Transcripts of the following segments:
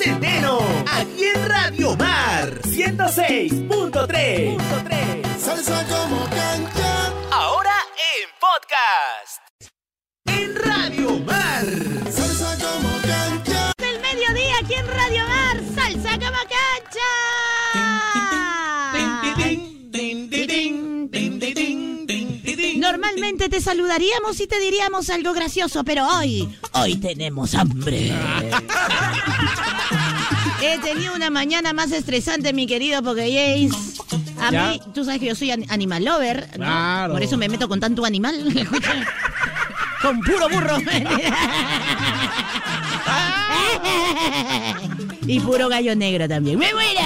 Centeno, aquí en Radio Mar 106.3. Salsa como cancha. Ahora en podcast. En Radio Mar. Salsa como cancha. Del mediodía aquí en Radio Mar. Salsa como cancha. Normalmente te saludaríamos y te diríamos algo gracioso, pero hoy tenemos hambre. He tenido una mañana más estresante, mi querido Pokéjays. A mí, tú sabes que yo soy animal lover, ¿no? Claro. Por eso me meto con tanto animal. Con puro burro. Y puro gallo negro también. ¡Me muera!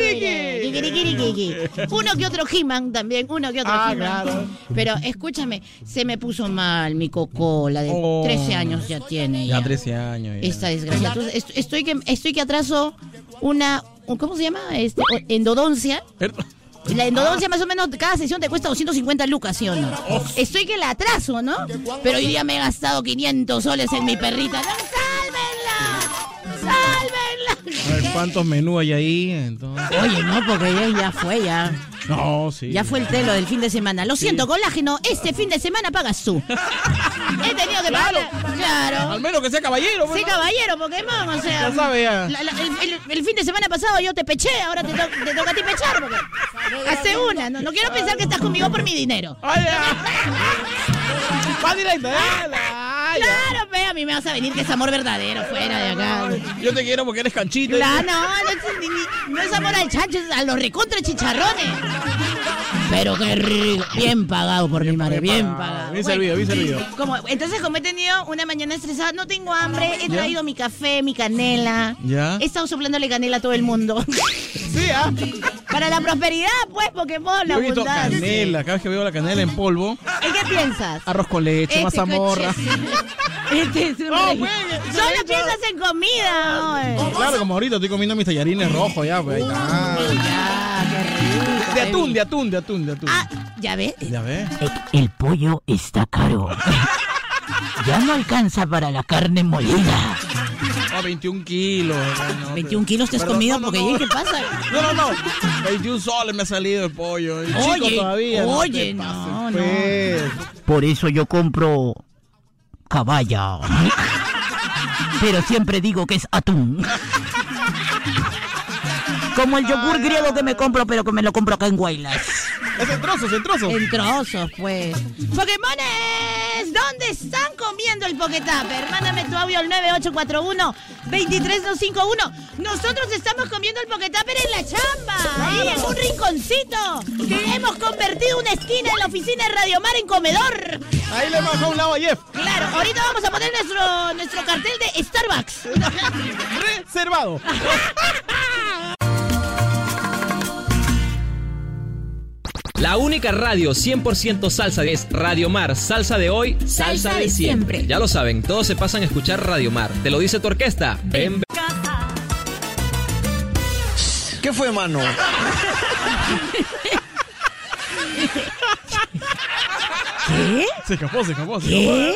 Uno que otro He-Man también, He-Man. Claro. Pero escúchame, se me puso mal mi Coco, la de 13 años ya tiene. Ya 13 años. Ya. Esta desgracia. Entonces, estoy que atraso una... ¿Cómo se llama? Endodoncia. La endodoncia más o menos cada sesión te cuesta 250 lucas, ¿sí o no? Estoy que la atraso, ¿no? Pero hoy día me he gastado 500 soles en mi perrita. ¡No, sálvenla! A ver, ¿cuántos menús hay ahí? Entonces... Oye, no, porque ya fue. No, sí. Ya fue el telo del fin de semana. Lo siento, colágeno, este fin de semana pagas tú. He tenido que pagar. Claro. Al menos que sea caballero. Sí, caballero, Pokémon, o sea... Ya sabe, ya. El fin de semana pasado yo te peché, ahora te toca a ti pechar, porque... Hace una, no quiero pensar que estás conmigo por mi dinero. ¡Ay, ya! ¡Va directo! Claro, ve, a mí me vas a venir que es amor verdadero, fuera de acá. Yo te quiero porque eres canchito. Claro, no es amor al chancho, es a los recontra chicharrones. Pero qué rico, bien pagado por mi madre, bien pagado. Bien servido. Entonces, como he tenido una mañana estresada, no tengo hambre, he traído mi café, mi canela. ¿Ya? He estado soplándole canela a todo el mundo. Sí, ¿ah? Para la prosperidad, pues, Pokémon, la Yo he visto abundancia. canela, cada vez que veo la canela en polvo. ¿En qué piensas? Arroz con leche, mazamorra. Solo piensas en comida. Oye. Claro, como ahorita estoy comiendo mis tallarines rojos ya, pues ahí está. Ya, qué rico. De atún. Ah, ¿ya ves? ¿Ya ves? El pollo está caro. Ya no alcanza para la carne molida. 21 kilos. No, 21 kilos te has comido, porque ¿qué pasa? No. 21 soles me ha salido el pollo. El chico todavía. Oye, te pases, no. pues. Por eso yo compro caballa. Pero siempre digo que es atún. Como el yogur griego que me compro, pero que me lo compro acá en Guaylas. Es en trozos. En trozos, pues. Pokémones, ¿dónde están comiendo el Pokétupper? Mándame tu audio al 9841-23251. Nosotros estamos comiendo el Pokétupper en la chamba. Ahí en un rinconcito. Que hemos convertido una esquina en la oficina de Radio Mar en comedor. Ahí le bajó un lado a Jeff. Claro, ahorita vamos a poner nuestro cartel de Starbucks. Reservado. La única radio 100% salsa es Radio Mar. Salsa de hoy, salsa de siempre. Ya lo saben, todos se pasan a escuchar Radio Mar. ¿Te lo dice tu orquesta? Ven. ¿Qué fue, mano? ¿Qué? Se escapó. ¿Qué?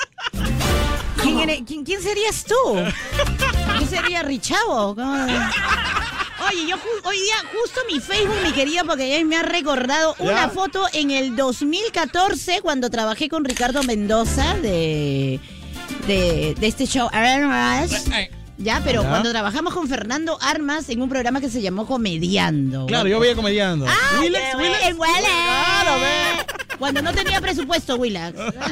¿Quién serías tú? ¿Quién sería Richavo? Oye, yo hoy día justo mi Facebook, mi querida, porque ya me ha recordado una foto en el 2014 cuando trabajé con Ricardo Mendoza de este show Ya, pero cuando trabajamos con Fernando Armas en un programa que se llamó Comediando. Claro, yo veía Comediando. ¡Ah! Willax. Claro, ve. Cuando no tenía presupuesto, Willax.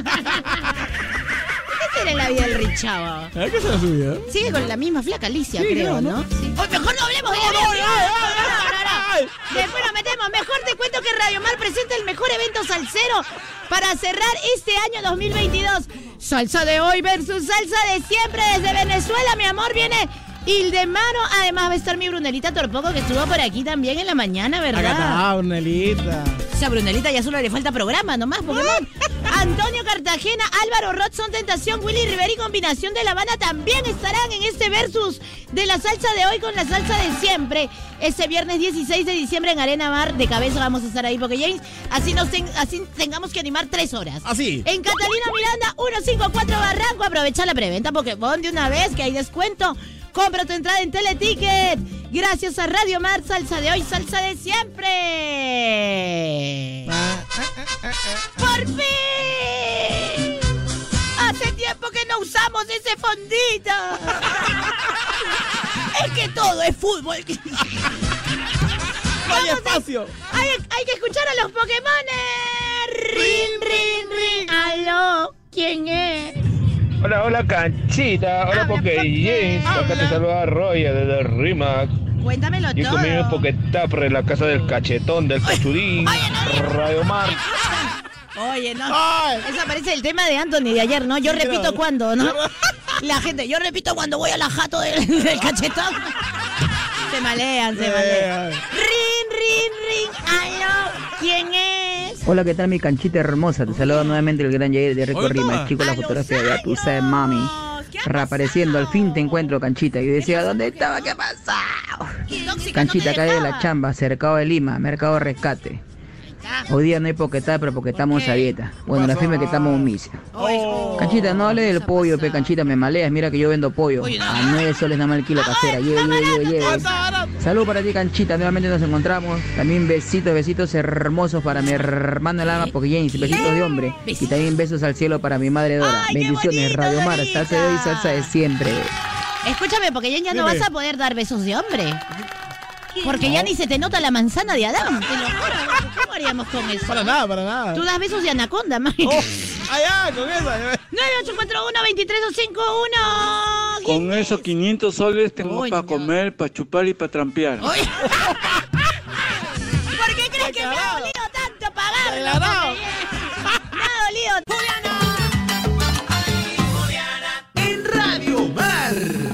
¿Qué será en la vida del Richavo? ¿Qué será su vida? Sigue con la misma flaca Alicia, Sí, creo, ¿no? ¿no? Sí. Oh, mejor no hablemos de la vida. No. Después nos metemos. Mejor te cuento que Radio Mar presenta el mejor evento salsero para cerrar este año 2022. Salsa de hoy versus salsa de siempre desde Venezuela, mi amor, viene Ildemaro. Además va a estar mi Brunelita Torpoco, que estuvo por aquí también en la mañana, ¿verdad? Acá está, Brunelita. O sea, Brunelita ya solo le falta programa nomás, Pokémon. Antonio Cartagena, Álvaro Rodson Tentación, Willy Rivera y Combinación de La Habana también estarán en este versus de la salsa de hoy con la salsa de siempre. Este viernes 16 de diciembre en Arena Mar, de cabeza vamos a estar ahí, porque James, así tengamos que animar 3 horas. Así. En Catalina Miranda, 154 Barranco, aprovecha la preventa Pokémon de una vez, que hay descuento. Compra tu entrada en Teleticket. Gracias a Radio Mar, salsa de hoy, salsa de siempre. ¡Por fin! Hace tiempo que no usamos ese fondito. Es que todo es fútbol. No hay espacio. Hay que escuchar a los Pokémones. Rin, rin, rin. Aló, ¿quién es? Hola, Canchita. Hola, Pokéjames. Acá te saluda Roya desde Rimac. Cuéntamelo Yo todo. comí un Poketapper en la casa del cachetón, del cachudín. Radio Mar. Oye, no. Eso parece el tema de Anthony de ayer, ¿no? Yo repito cuando, ¿no? La gente, yo repito cuando voy a la jato del cachetón. Se malean. Rin, rin, rin. Aló, ¿quién es? Hola, ¿qué tal mi Canchita hermosa? Te saluda nuevamente el gran Jair de Rico Rimas. Chico, la fotografía de tú sabes, mami. Reapareciendo, al fin te encuentro, Canchita. Yo decía, ¿dónde estaba? ¿Qué ha pasado? Canchita, acá de la chamba, cercado de Lima, mercado rescate. Hoy día no hay Poketá, pero porque estamos a dieta. Bueno, la firme que estamos un misa. Canchita, no hable del pollo, pe, Canchita, me maleas. Mira que yo vendo pollo. A 9 soles nada más el kilo casera. Lleve. Salud para ti, Canchita. Nuevamente nos encontramos. También besitos hermosos para mi hermano el alma, porque James, besitos de hombre. Y también besos al cielo para mi madre Dora. Bendiciones, Radio Mar, salsa de hoy, salsa de siempre. Escúchame, porque ya no vas a poder dar besos de hombre. Porque ya ni se te nota la manzana de Adán. Te lo juro. ¿Cómo haríamos con eso? Para nada. Tú das besos de anaconda, man. Allá, con esa. 9841-2351. Con esos 500 soles tengo para comer, para chupar y para trampear. ¿Por qué crees que me ha dolido tanto pagarlo? Me ha dolido. En Radio Mar.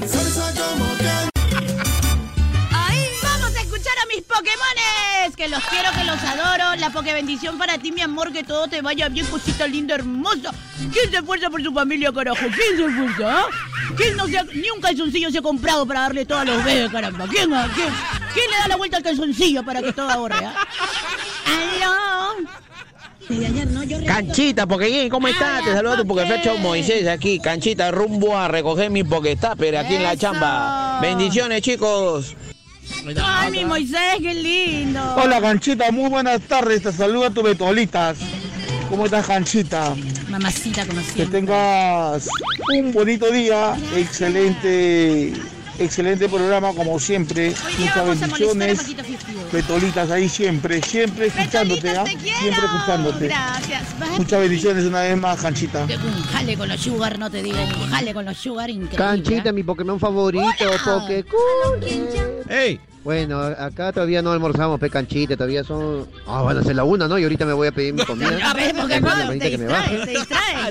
Vamos a escuchar a mis Pokémones. Que los quiero, que los adoro. La Pokébendición para ti, mi amor. Que todo te vaya bien, cosita linda, hermosa. ¿Quién se esfuerza por su familia, carajo? ¿Quién se esfuerza? ¿Quién no ni un calzoncillo se ha comprado para darle todo a los bebés, caramba? ¿Quién le da la vuelta al calzoncillo para que todo ahorre? ¡Aló! Canchita, Pokéjín, ¿cómo estás? Te saluda tu Pokéfecho Moisés aquí. Canchita, rumbo a recoger mi Poketapper aquí en la chamba. Bendiciones, chicos. ¡Ay, mi Moisés, qué lindo! Hola, Canchita, muy buenas tardes. Te saluda tu Betolitas. ¿Cómo estás, Canchita? Mamacita, como siempre. Que tengas un bonito día. Excelente programa, como siempre. Muchas bendiciones. Betolitas ahí siempre escuchándote, ¿ah? Siempre escuchándote. Gracias. Muchas bendiciones una vez más, Canchita. Un jale con los sugar, no te digo. Un jale con los sugar, increíble. Canchita, mi Pokémon favorito, Pokécool. ¡Ey! Bueno, acá todavía no almorzamos, Canchita, todavía son... van a ser la 1, ¿no? Y ahorita me voy a pedir mi comida. A ver, Pokémon, te distrae.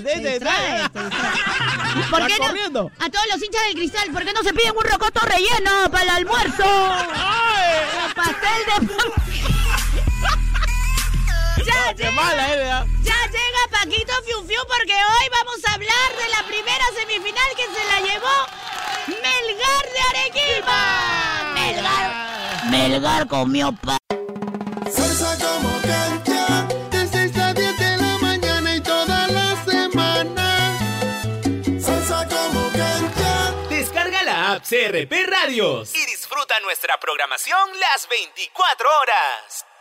¿Por qué no? A todos los hinchas del Cristal, ¿por qué no se piden un rocoto relleno para el almuerzo? ¡Ay! ¡Pastel de... Ya llega Paquito Fiu Fiu, porque hoy vamos a hablar de la primera semifinal que se la llevó Melgar de Arequipa. Melgar comió Salsa como cancha, de 6 a 10 de la mañana y toda la semana. Salsa como cancha. Descarga la app CRP Radios y disfruta nuestra programación las 24 horas.